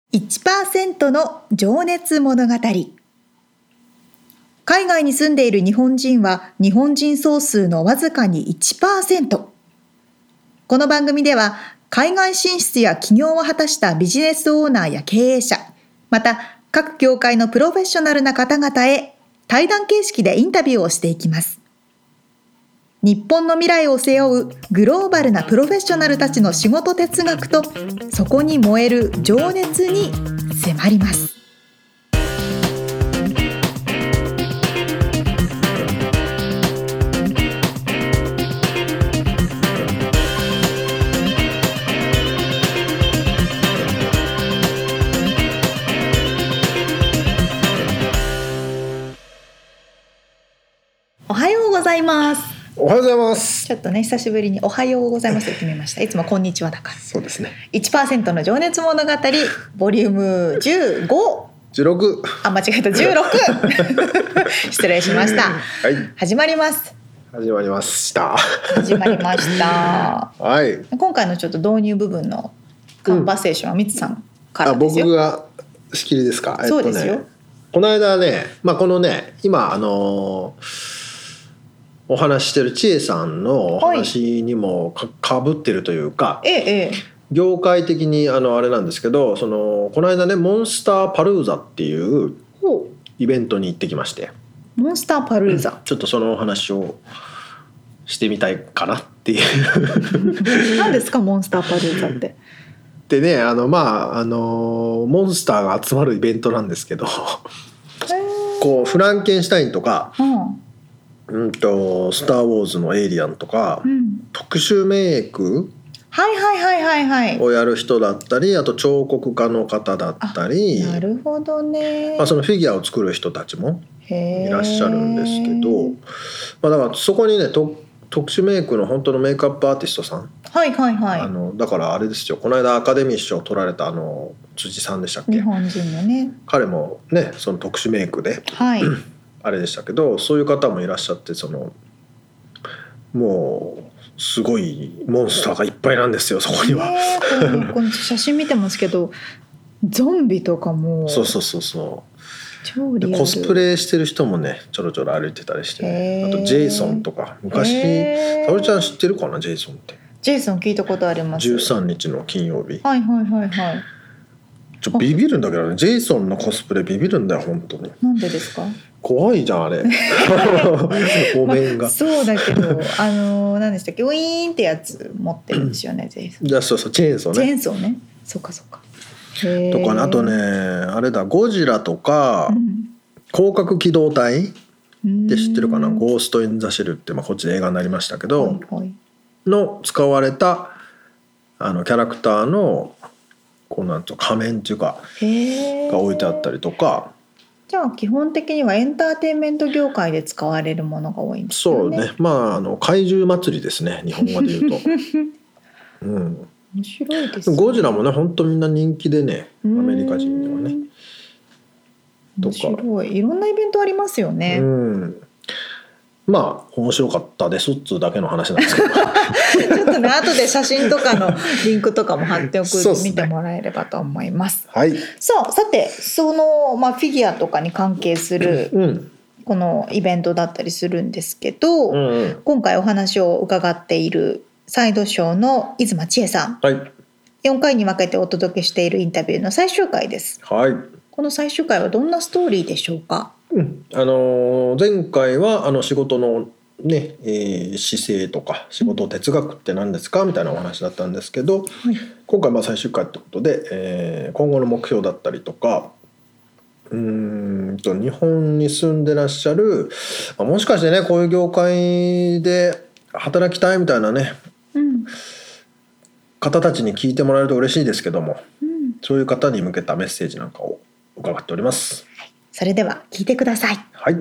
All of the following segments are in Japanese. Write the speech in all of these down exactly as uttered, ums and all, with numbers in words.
いちパーセント の情熱物語。海外に住んでいる日本人は日本人総数のわずかに いちパーセント。この番組では海外進出や起業を果たしたビジネスオーナーや経営者、また各業界のプロフェッショナルな方々へ対談形式でインタビューをしていきます。日本の未来を背負うグローバルなプロフェッショナルたちの仕事哲学とそこに燃える情熱に迫ります。おはようございます。 おはようございます。 ちょっとね久しぶりにおはようございますと決めました。いつもこんにちはだから。 そうですね。 いちパーセント の情熱物語ボリュームじゅうご、 じゅうろく、 あ間違えたじゅうろく失礼しました。 はい、 始まります。 始まりました始まりましたはい。 今回のちょっと導入部分のカンバセーションはみつさんからですよ。 あ、僕が仕切りですか。 そうですよ、 えっとね、この間ね、まあこのね今あのーお話ししてる千恵さんのお話にも か,、かぶってるというか、 ええええ、 業界的にあのあれなんですけど、そのこの間ねモンスターパルーザっていうイベントに行ってきまして、 モンスターパルーザ、 うん、ちょっとそのお話をしてみたいかなっていう何ですかモンスターパルーザって。 でね、あのまああのモンスターが集まるイベントなんですけどこうフランケンシュタインとか、 うんうんとスター・ウォーズのエイリアンとか、うん、特殊メイクはいはいはいはいはいをやる人だったり、あと彫刻家の方だったり、 なるほどね、 まあ、そのフィギュアを作る人たちもいらっしゃるんですけど、まあ、だからそこにねと特殊メイクの本当のメイクアップアーティストさん、 はいはいはい、 あのだからあれですよ、この間アカデミー賞を取られたあの辻さんでしたっけ、 日本人のね、 彼もねその特殊メイクで、 はいあれでしたけど、そういう方もいらっしゃって、そのもうすごいモンスターがいっぱいなんですよ、そこには、 ね、このこの写真見てますけどゾンビとかもそうそうそうそう超リアル、 コスプレしてる人もねちょろちょろ歩いてたりして、ね、あとジェイソンとか昔、沙織ちゃん知ってるかな、ジェイソンって。 ジェイソン聞いたことあります。 じゅうさんにちの金曜日、 はいはいはいはい、 ちょビビるんだけどね、ジェイソンのコスプレビビるんだよ本当に。 なんでですか。 怖いじゃんあれお面が、 まあ、そうだけどあの何でしたっけ、ウィーンってやつ持ってるんですよね、ジェイソン。 じゃあそうそうチェーンソーね、 チェーンソーね、そうかそうか。 とかね、あとねあれだゴジラとか、うん、広角機動隊って知ってるかな、ゴースト・イン・ザ・シェルって、まあ、こっちで映画になりましたけど、はいはい、の使われたあのキャラクターのこうなんと仮面っていうかが置いてあったりとか。 じゃあ基本的にはエンターテインメント業界で使われるものが多いんですよね。 そうね、まああの怪獣祭りですね、日本語で言うと、うん、 面白いですね。 ゴジラもね本当みんな人気でね、アメリカ人にはね。 面白い、いろんなイベントありますよね。 うん、まあ面白かったですっつうだけの話なんですけどちょっとね後で写真とかのリンクとかも貼っておくと見てもらえればと思います。 はい、 さあさてその、まあ、フィギュアとかに関係する、うん、このイベントだったりするんですけど、うんうん、今回お話を伺っているサイドショーの出馬千恵さん、はい、よんかいに分けてお届けしているインタビューの最終回です。 はい、 この最終回はどんなストーリーでしょうか。 うん、あの前回はあの仕事のね、えー、姿勢とか仕事哲学って何ですかみたいなお話だったんですけど、はい、今回まあ最終回ってことで、えー、今後の目標だったりとか、うーんと日本に住んでらっしゃる、もしかしてねこういう業界で働きたいみたいなね、うん、方たちに聞いてもらえると嬉しいですけども、うん、そういう方に向けたメッセージなんかを伺っております。 はい、それでは聞いてください。 はい。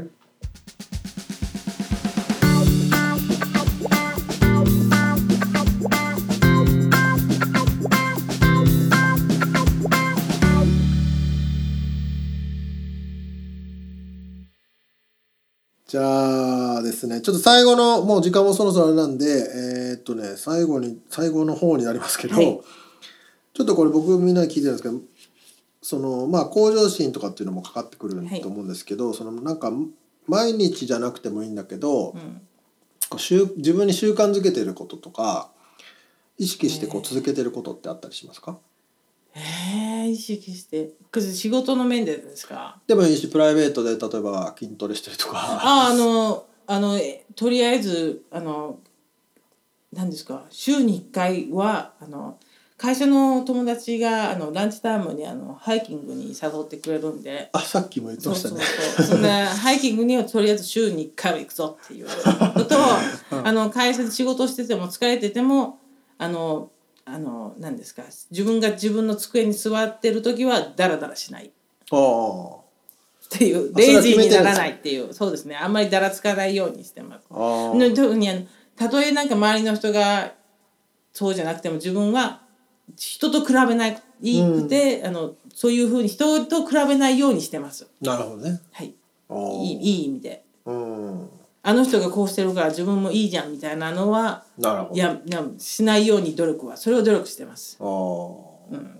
じゃあですね、ちょっと最後のもう時間もそろそろあれなんで、えー、っとね最後に最後の方になりますけど、はい、ちょっとこれ僕みんなに聞いてるんですけど、 そのまあ向上心とかっていうのもかかってくると思うんですけど、はい、そのなんか毎日じゃなくてもいいんだけど、うん、こう習自分に習慣づけてることとか意識してこう続けてることってあったりしますか？ えー、意識して仕事の面でですか？ でもいいしプライベートで例えば筋トレしてるとかああのあのとりあえずあの何ですか週にいっかいはあの会社の友達があのランチタイムにあのハイキングに誘ってくれるんで、 あさっきも言ってましたね。 そうそうそうそんなハイキングにはとりあえず週にいっかいは行くぞっていうことを、うん、あの会社で仕事してても疲れててもあのあの何ですか自分が自分の机に座ってる時はダラダラしないっていうレイジーにならないっていうそうですねあんまりだらつかないようにしてます。特にたとえなんか周りの人がそうじゃなくても自分は人と比べないくて、うん、あのそういうふうに人と比べないようにしてます。 なるほどね。 はい。いい、いい意味で。うん。あの人がこうしてるから自分もいいじゃんみたいなのはなるほど。 いやしないように努力はそれを努力してます。ああ。うん。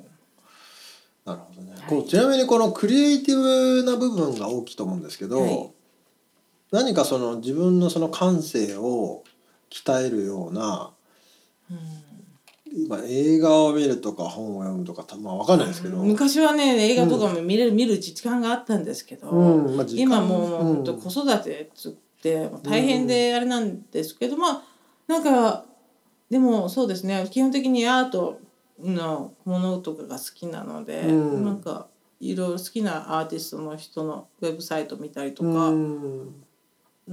なるほどね。はい、こうちなみにこのクリエイティブな部分が大きいと思うんですけど、はい、何かその自分のその感性を鍛えるような。うん今映画を見るとか本を読むとかまあ分かんないですけど、 昔はね映画とかも見れる、うん、見る時間があったんですけど、うんまあ、今もう、うん、子育てって大変であれなんですけど、うん、まあなんかでもそうですね基本的にアートのものとかが好きなので、うん、なんかいろいろ好きなアーティストの人のウェブサイト見たりとか、うんうん、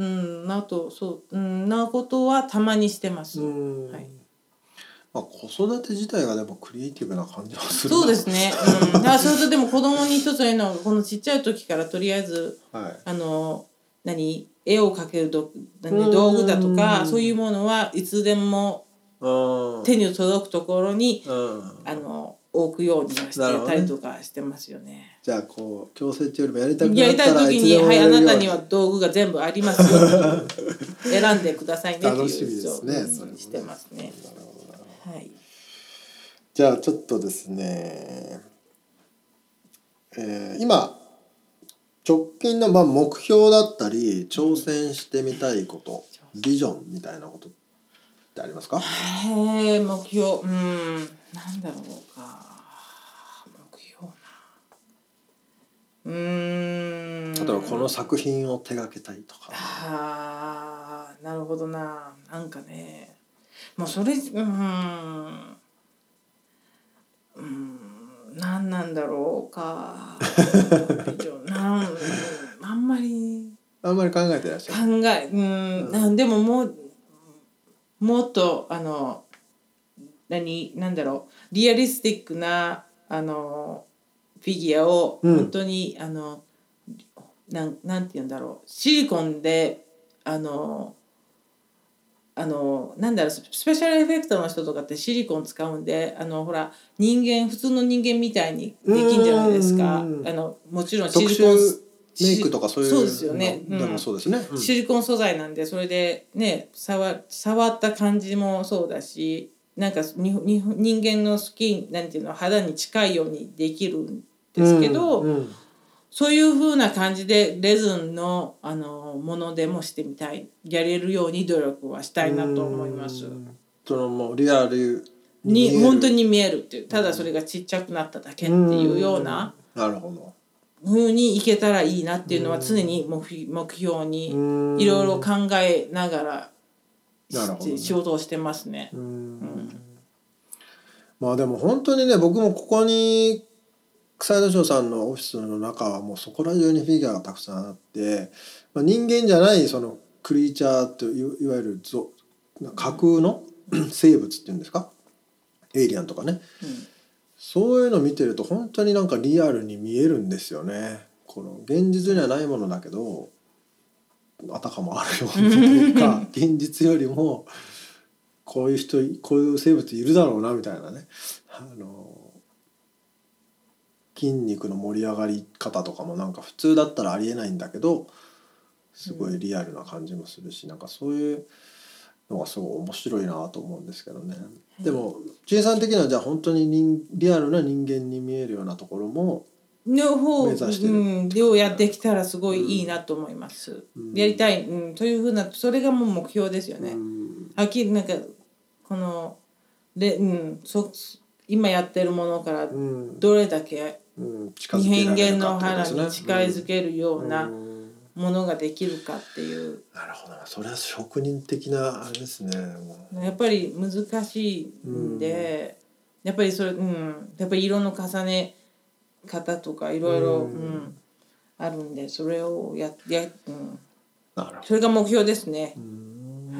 あとそう、うん、なことはたまにしてます。うんはいまあ、子育て自体がでもクリエイティブな感じはするそうですね、うん、だからそれとでも子供に一つ言うのはこのちっちゃい時からとりあえず、はい、あの何絵を描けるど何道具だとかそういうものはいつでも手に届くところにあの置くようにしてたりとかしてますよね。 じゃあこう強制っていうよりもやりたくなったらやりたい時にはいあなたには道具が全部ありますよ選んでくださいねっていう楽しみですね。 それしてますね。はい、 じゃあちょっとですね、えー、今直近のまあ目標だったり挑戦してみたいこと、うん、ビジョンみたいなことってありますか？ へえ目標うんなんだろうか目標なうーん例えばこの作品を手掛けたいとかあーなるほどななんかねもうそれうんうん何なんだろうかなんあんまりあんまり考えてらっしゃる考えうん、うん、でももうもっとあの何なんだろうリアリスティックなあのフィギュアを本当に、うん、あのなんなんて言うんだろうシリコンであのあのなんだろうスペシャルエフェクトの人とかってシリコン使うんであのほら人間普通の人間みたいにできんじゃないですか。あのもちろんシリコンメイクとかそういうそうですよね、 うん、でもそうですね、うん、 シリコン素材なんでそれでね触、触った感じもそうだしなんかにに人間のスキンなんていうの肌に近いようにできるんですけど、うんうん、そういう風な感じでレズンのあのものでもしてみたいやれるように努力はしたいなと思います。 そのもうリアルにに本当に見えるっていうただそれがちっちゃくなっただけっていうような。 なるほど風にいけたらいいなっていうのは常に目標にいろいろ考えながら仕事をしてますね。うん、 まあでも本当にね僕もここに草井戸翔さんのオフィスの中はもうそこら中にフィギュアがたくさんあって、まあ、人間じゃないそのクリーチャーといわゆる架空の生物っていうんですかエイリアンとかね、うんそういうの見てると本当になんかリアルに見えるんですよね。この現実にはないものだけどあたかもあるようにというか現実よりもこういう人こういう生物いるだろうなみたいなねあの筋肉の盛り上がり方とかもなんか普通だったらありえないんだけどすごいリアルな感じもするしなんかそういうのがすごい面白いなと思うんですけどね。でも陳さん的にはじゃあ本当に人リアルな人間に見えるようなところもの方目指してるうん、をやってきたらすごいいいなと思います、うん、やりたい、うん、というふうなそれがもう目標ですよね、うん、はっきりなんかこので、うん、そ今やってるものからどれだけ人間の腹に近づけるようなものができるかっていう、うん、 なるほど、それは職人的なあれですね。 やっぱり難しいんで、うん、やっぱりそれ、うん、やっぱり色の重ね方とかいろいろ、うん、あるんでそれをやや、うん、なるほど、それが目標ですね。はい、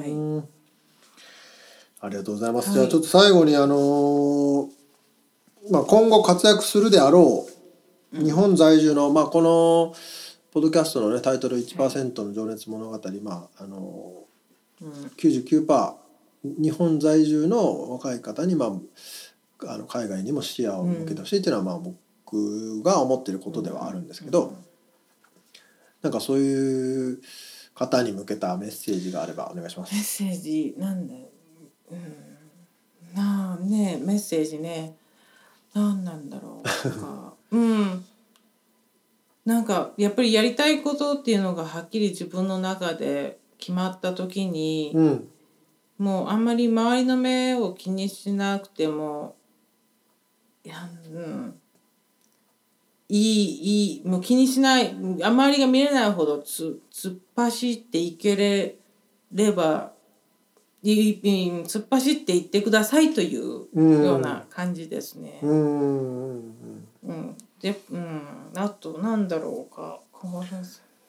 ありがとうございます。はい、じゃあちょっと最後にあのーまあ、今後活躍するであろう日本在住の、まあ、このポッドキャストの、ね、タイトル いちパーセント の情熱物語、まああのー、きゅうじゅうきゅうパーセント 日本在住の若い方に、まあ、あの海外にも視野を向けてほしいっていうのは、まあ、僕が思っていることではあるんですけど、なんかそういう方に向けたメッセージがあればお願いします。 メッセージなんだよ、うん、なあねメッセージね何なんだろうかうんなんかやっぱりやりたいことっていうのがはっきり自分の中で決まった時に、うん、もうあんまり周りの目を気にしなくてもいや、うん、いいいいもう気にしない周りが見れないほどつ突っ走っていけれれば突っ走っていってくださいというような感じですね。うん、うん、で、うん、あとなんだろうか、うん、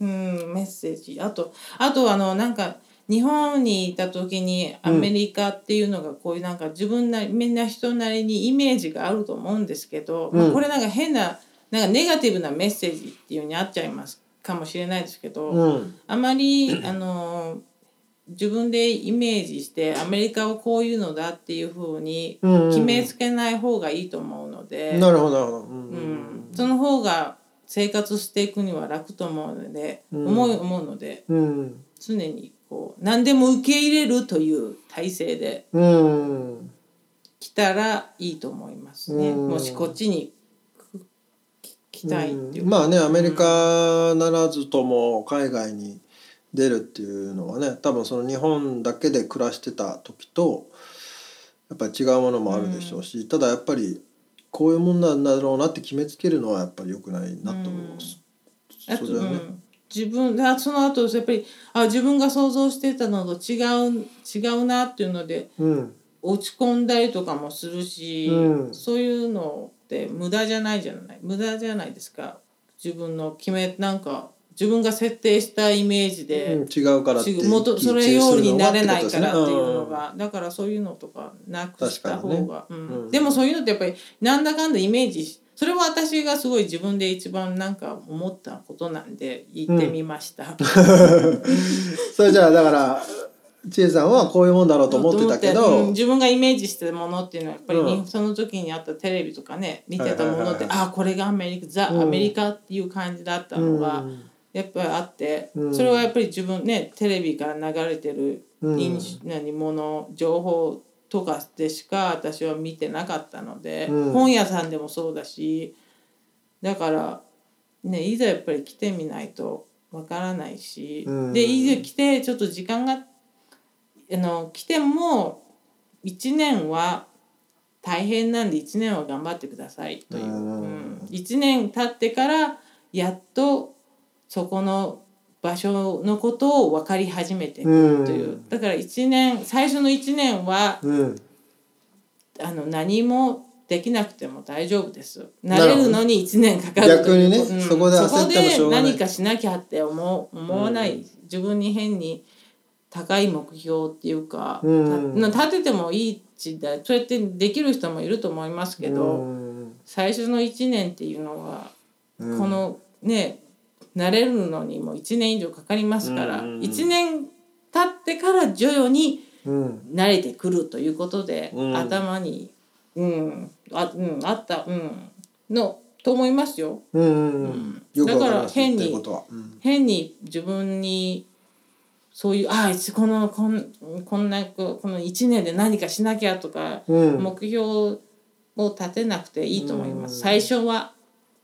メッセージ、あとあとあのなんか日本にいた時にアメリカっていうのがこういうなんか自分なりみんな人なりにイメージがあると思うんですけど、うんまあ、これなんか変ななんかネガティブなメッセージっていう風にあっちゃいますかもしれないですけど、うん、あまりあの自分でイメージしてアメリカはこういうのだっていう風に決めつけない方がいいと思うので、うん、 なるほどなるほど、うん、その方が生活していくには楽と思うので、うん、思う思うので、うん、常にこう何でも受け入れるという体制で来たらいいと思いますね、うん、もしこっちに来たいっていう、 うん、まあねアメリカならずとも海外に出るっていうのはね多分その日本だけで暮らしてた時とやっぱり違うものもあるでしょうし、うん、ただやっぱりこういうもんなんだろうなって決めつけるのはやっぱり良くないなと思います、 うん、あと、それはね、うん、自分その後やっぱりあ自分が想像してたのと違う違うなっていうので、うん、落ち込んだりとかもするし、うん、そういうのって無駄じゃないじゃない無駄じゃないですか。自分の決めなんか自分が設定したイメージで、うん、 違うからって元それようになれないからっていうのが、だからそういうのとかなくした方が、ねうんうん、でもそういうのってやっぱりなんだかんだイメージそれは私がすごい自分で一番なんか思ったことなんで言ってみました、うん、 それじゃあだから千恵さんはこういうもんだろうと思ってたけど、 うん、自分がイメージしてたものっていうのはやっぱり、うん、その時にあったテレビとかね見てたものって、はいはいはいはい、あこれがアメリカザ・アメリカっていう感じだったのが、うんやっぱりあって、うん、それはやっぱり自分ねテレビから流れてる印、うん、何もの情報とかでしか私は見てなかったので、うん、本屋さんでもそうだしだからねいざやっぱり来てみないとわからないし、うん、でいざ来てちょっと時間があの来てもいちねんは大変なんでいちねんは頑張ってくださいという、うんうん、いちねん経ってからやっとそこの場所のことを分かり始めてくるという、うん、だからいちねん最初のいちねんは、うん、あの何もできなくても大丈夫です慣れるのにいちねんかかるという逆にね、うん、そこで焦ってもしょうがないそこで何かしなきゃって思う、思わない、うん、自分に変に高い目標っていうか、うん、立ててもいい時代そうやってできる人もいると思いますけど、うん、最初のいちねんっていうのは、うん、このね慣れるのにもいちねん以上かかりますから、うん、いちねん経ってから徐々に慣れてくるということで、うん、頭に、うんあうん、あった、うん、のと思いますよ。うんうんうん、だから変に、うん、変に自分にそういうあこのこんこんなこのいちねんで何かしなきゃとか、うん、目標を立てなくていいと思います、うん、最初は。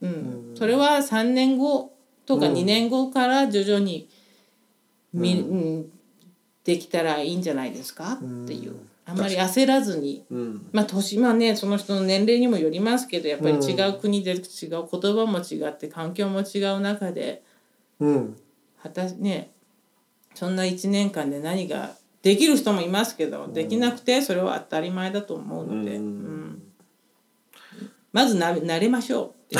うん、それはさんねんごとかにねんごから徐々に、みうん、できたらいいんじゃないですかっていう、あんまり焦らずに、うん、まあ年はねその人の年齢にもよりますけど、やっぱり違う国で違う言葉も違って環境も違う中で、うん、果たしねそんないちねんかんで何ができる人もいますけど、できなくてそれは当たり前だと思うので、うんうん、まずな慣れましょうって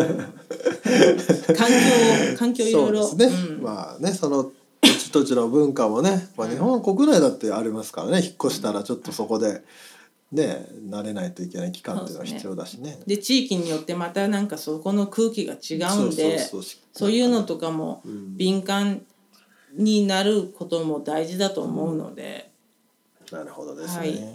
環境環境いろいろそうですね、うん、まあねその土地土地の文化もね、まあ、日本国内だってありますからね、引っ越したらちょっとそこでね慣れないといけない期間っていうのは必要だしね。 で地域によってまたなんかそこの空気が違うんで、そうそうそうそういうのとかも敏感になることも大事だと思うので、 うん、なるほどですね。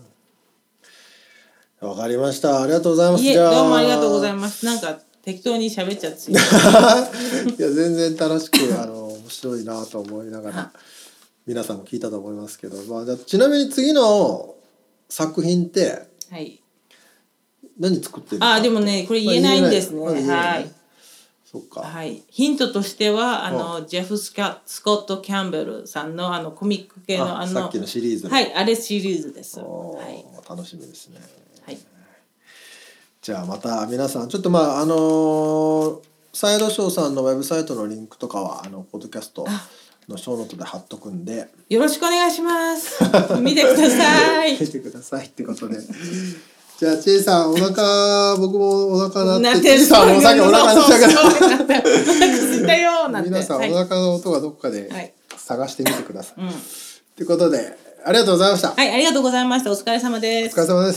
わ、はい、かりました。ありがとうございます。 いえ、じゃあどうもありがとうございます。なんか適当に喋っちゃっていや全然楽しくあの面白いなと思いながら皆さんも聞いたと思いますけど、まあ、じゃあちなみに次の作品って何作ってるか、 はい、あでもねこれ言えないんですね、まあ、はい。 そっか、 はい、ヒントとしてはあの、うん、ジェフスカ・スコット・キャンベルさんのあのコミック系のあのさっきのシリーズ、 はいあれシリーズです、はい、 楽しみですね。 はい、 じゃあまた皆さんちょっとまああのー、サイドショーさんのウェブサイトのリンクとかはあのポッドキャストのショーノートで貼っとくんでよろしくお願いします見てください見てくださいってことでじゃあちえさんお腹僕もお腹鳴ってちえさんもさっきお腹鳴ってたから皆さん、はい、お腹の音がどっかで探してみてください、はい、うん、ということでありがとうございました。 はい、ありがとうございました。お疲れ様です。 お疲れ様です。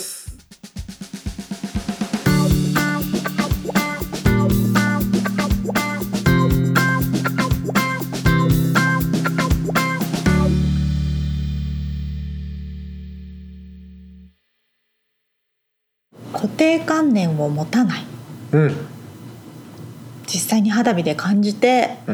固定観念を持たない、 うん、 実際に肌身で感じて、 うん、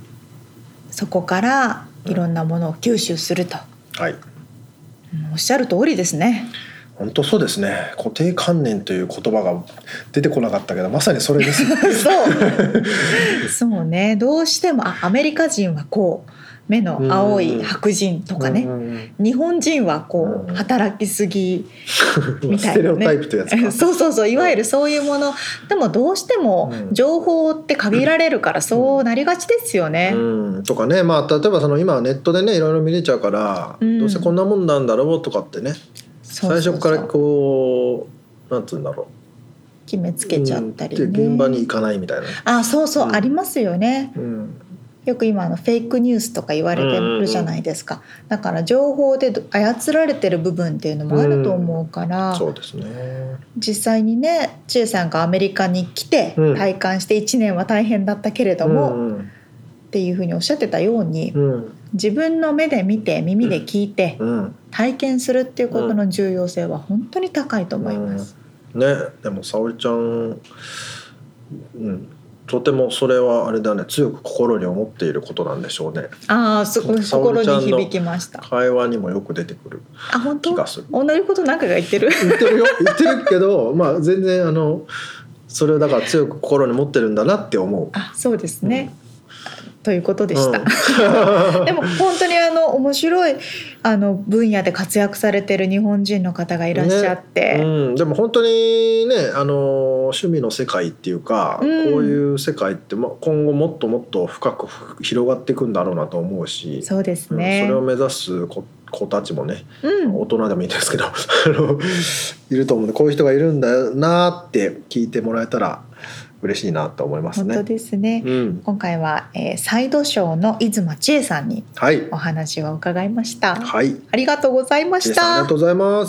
そこからいろんなものを吸収すると、 はい、 おっしゃる通りですね。 本当そうですね。固定観念という言葉が出てこなかったけどまさにそれですそうそうね、どうしてもあアメリカ人はこう目の青い白人とかね、うん、日本人はこう、うん、働きすぎみたいなねステレオタイプというやつかそうそうそういわゆるそういうものでもどうしても情報って限られるからそうなりがちですよね、 うんうん、とかね、まあ、例えばその今ネットでねいろいろ見れちゃうから、うん、どうせこんなもんなんだろうとかってね、最初からこうなんつうんだろう決めつけちゃったりね、 うん、で現場に行かないみたいな、 あそうそう、うん、ありますよね、うん、よく今のフェイクニュースとか言われてるじゃないですか、うんうんうん、だから情報で操られてる部分っていうのもあると思うから、 うん、そうですね、 実際にね千恵さんがアメリカに来て体感していちねんは大変だったけれども、うんうん、っていうふうにおっしゃってたように、うん、自分の目で見て耳で聞いて、うん、体験するっていうことの重要性は本当に高いと思います、 うんうん、ね、でも沙織ちゃん、うん、とてもそれはあれだね、強く心に思っていることなんでしょうね。 ああ、すごい心に響きました。 会話にもよく出てくる気がする。 同じこと何かが言ってる言ってるよ言ってるけど、まあ全然あのそれをだから強く心に持ってるんだなって思う。 あ、そうですね、うん、ということでした、うん、でも本当にあの面白いあの分野で活躍されてる日本人の方がいらっしゃって、 ね、うん、でも本当にね、あの趣味の世界っていうか、うん、こういう世界って今後もっともっと深く広がっていくんだろうなと思うし、 そうですね、 うん、それを目指す子、子たちもね、うん、大人でもいいんですけどいると思うんで、こういう人がいるんだよなって聞いてもらえたら嬉しいなと思いますね。 本当ですね、うん、今回は、えー、サイドショーの出馬千恵さんにお話を伺いました、 はい、 ありがとうございました。 ありがとうございます。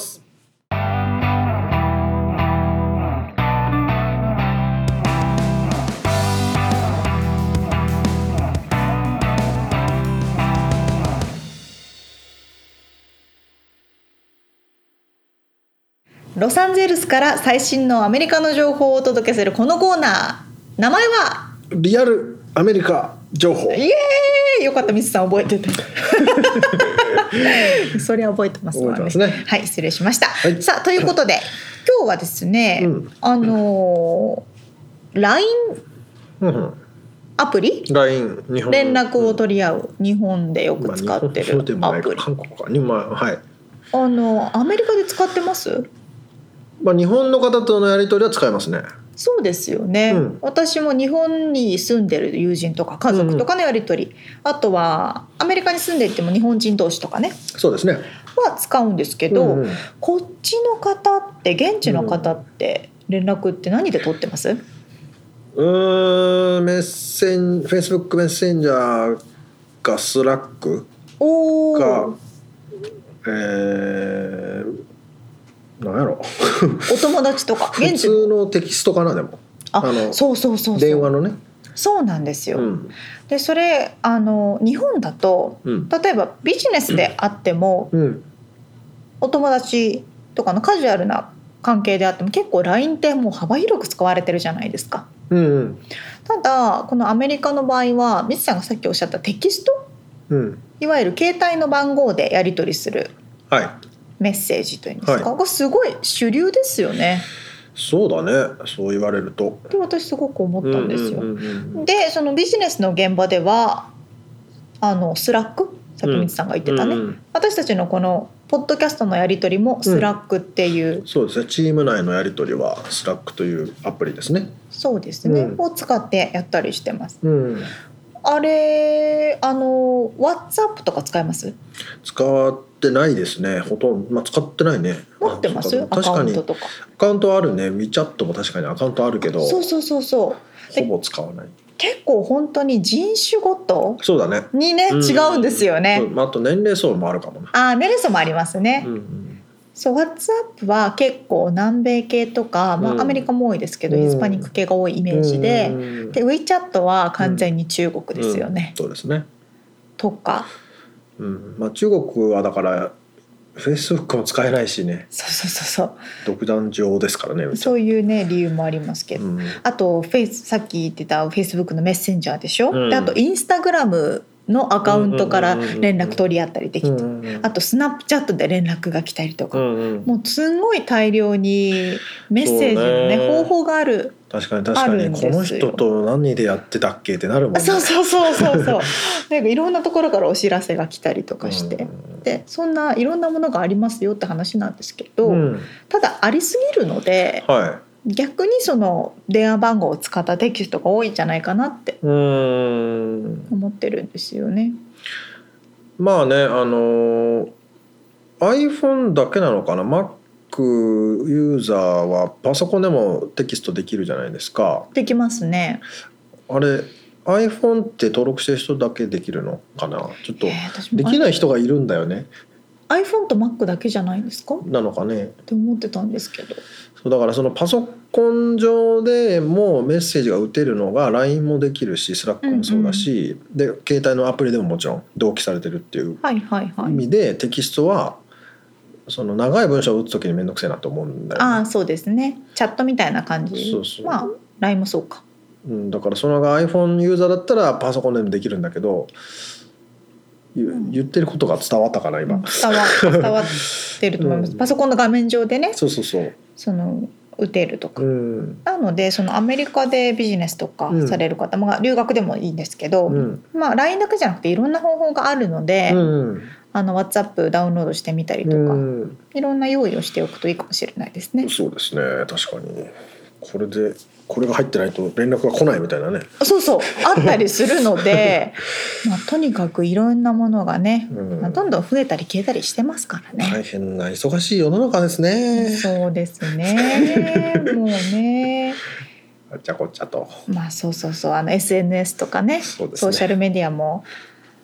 ロサンゼルスから最新のアメリカの情報をお届けするこのコーナー、名前はリアルアメリカ情報。 イエーイ、よかった、ミスさん覚えててそれは覚えてますわね。 覚えてますね。 はい、失礼しました、 はい、 さあということで今日はですね、うん、あのーラインうん、 アプリライン 日本連絡を取り合う、日本でよく使ってるアプリ、 韓国かに、まあはい、 あのアメリカで使ってます？ まあ、日本の方とのやり取りは使えますね。 そうですよね、うん、私も日本に住んでる友人とか家族とかのやり取り、うん、あとはアメリカに住んでいても日本人同士とかね、 そうですね、 は使うんですけど、うんうん、こっちの方って現地の方って連絡って何で取ってます？ うーん、メッセン、Facebook メッセンジャーかスラックか、えーなんやろお友達とか普通のテキストかな。でもああのそうそうそうそう電話のね、 そうなんですよ、うん、でそれあの日本だと、うん、例えばビジネスであっても、うん、お友達とかのカジュアルな関係であっても結構 ライン ってもう幅広く使われてるじゃないですか、うんうん、ただこのアメリカの場合はミツさんがさっきおっしゃったテキスト、うん、いわゆる携帯の番号でやり取りする、はい、メッセージというんですか、はい、すごい主流ですよね。 そうだね、そう言われるとで私すごく思ったんですよ、うんうんうんうん、でそのビジネスの現場ではあのスラック、さっき水さんが言ってたね、うんうんうん、私たちのこのポッドキャストのやり取りもスラックっていう、 うん、そうですね、チーム内のやり取りはスラックというアプリですね。 そうですね、うん、を使ってやったりしてます、うん、あれあの WhatsApp とか使います？ 使ってないですね、ほとんど、まあ、使ってないね。 持ってます？アカウントとか。 アカウントあるね、 WeChat も確かにアカウントあるけど、 そうそうそうそうほぼ使わない。 結構本当に人種ごとそうだねにね、うん、違うんですよね、 うん、あと年齢層もあるかもな。 あ、年齢層もありますね、うんうん、そう WhatsApp は結構南米系とか、まあ、アメリカも多いですけど、うん、ヒスパニック系が多いイメージで、うん、で WeChat は完全に中国ですよね、 うんうん、そうですねとか、 うんまあ、中国はだからFacebook も使えないしね。 そうそうそうそう。 独壇場ですからね。 そういうね理由もありますけど、うん、あとフェイスさっき言ってた Facebook のメッセンジャーでしょ。うん、であとインスタグラムのアカウントから連絡取り合ったりできて、うんうん、あとスナップチャットで連絡が来たりとか、うんうん、もうすんごい大量にメッセージのね方法がある。 確かに確かにこの人と何でやってたっけってなるもんね。 そうそうそうそうそうなんかいろんなところからお知らせが来たりとかして、うん、でそんないろんなものがありますよって話なんですけど、うん、ただありすぎるので、はい、逆にその電話番号を使ったテキストが多いんじゃないかなって思ってるんですよね。 まあね、あの iPhone だけなのかな、Macユーザーはパソコンでもテキストできるじゃないですか。 できますね。 あれ iPhone って登録してる人だけできるのかな。ちょっとできない人がいるんだよね。 iPhone と Mac だけじゃないんですか。 なのかねって思ってたんですけど。 そうだからそのパソコン上でもメッセージが打てるのが ライン もできるし Slack もそうだし、うんうん、で携帯のアプリでももちろん同期されてるっていう意味でテキストはその長い文章を打つときにめんどくせえなと思うんだよね。 ああそうですね、チャットみたいな感じ。そうそう、まあ ライン もそうか、 うん、だからその iPhone ユーザーだったらパソコンでもできるんだけど、うん、言ってることが伝わったかな今、うん、 伝わ、伝わってると思います、うん、パソコンの画面上でね、 そうそうそう、 その打てるとか、うん、なのでそのアメリカでビジネスとかされる方、うん、まあ、留学でもいいんですけど、うん、まあ ライン だけじゃなくていろんな方法があるので、うんあの WhatsApp ダウンロードしてみたりとか、うん、いろんな用意をしておくといいかもしれないですね。 そうですね、確かにこれでこれが入ってないと連絡が来ないみたいなね、 そうそうあったりするのでまあ、とにかくいろんなものがね、うんまあ、どんどん増えたり消えたりしてますからね。 大変な忙しい世の中ですね。 そうですねもうねあっちゃこっちゃと、 まあそうそうそう、あの エスエヌエス とか ね, そうですね、ソーシャルメディアもうん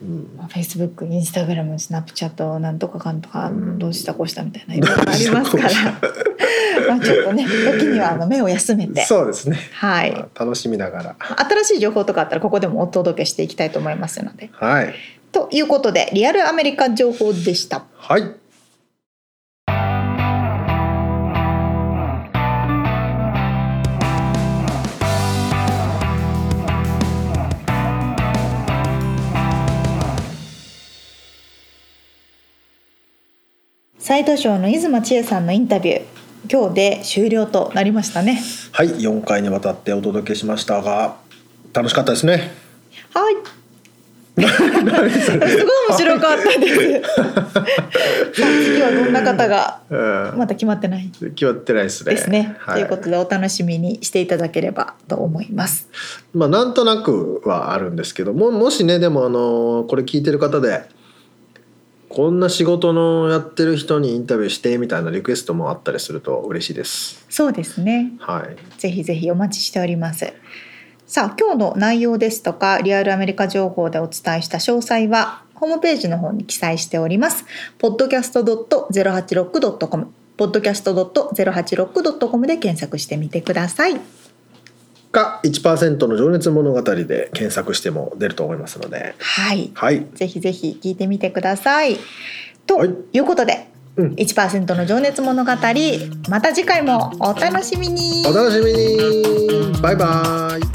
、Facebook、Instagram、Snapchat なんとかかんとか、うん、どうしたこうしたみたいないろいろありますからまあちょっとね時にはあの目を休めて、 そうですね、 はい、 まあ、楽しみながら新しい情報とかあったらここでもお届けしていきたいと思いますので、 はい、 ということでリアルアメリカ情報でした。 はい。 サイドショーの出馬千恵さんのインタビュー今日で終了となりましたね。 はい、よんかいにわたってお届けしましたが楽しかったですね。 はいすごい面白かったですさあ次はどんな方がまだ決まってない決まってないですね。 ですね、 はい、 ということでお楽しみにしていただければと思います。 まあなんとなくはあるんですけども、もしねでもあのこれ聞いてる方でこんな仕事のやってる人にインタビューしてみたいなリクエストもあったりすると嬉しいです。 そうですね、 はい、 ぜひぜひお待ちしております。さあ今日の内容ですとかリアルアメリカ情報でお伝えした詳細はホームページの方に記載しております。 ポッドキャスト ドット ゼロはちろく ドット コム ポッドキャスト ドット ゼロはちろく ドット コム で検索してみてください。 か いちパーセント の情熱物語で検索しても出ると思いますので、 はい、 はい、 ぜひぜひ聞いてみてください。ということで、うん、いちパーセント の情熱物語、また次回もお楽しみに。 お楽しみに。バイバイ。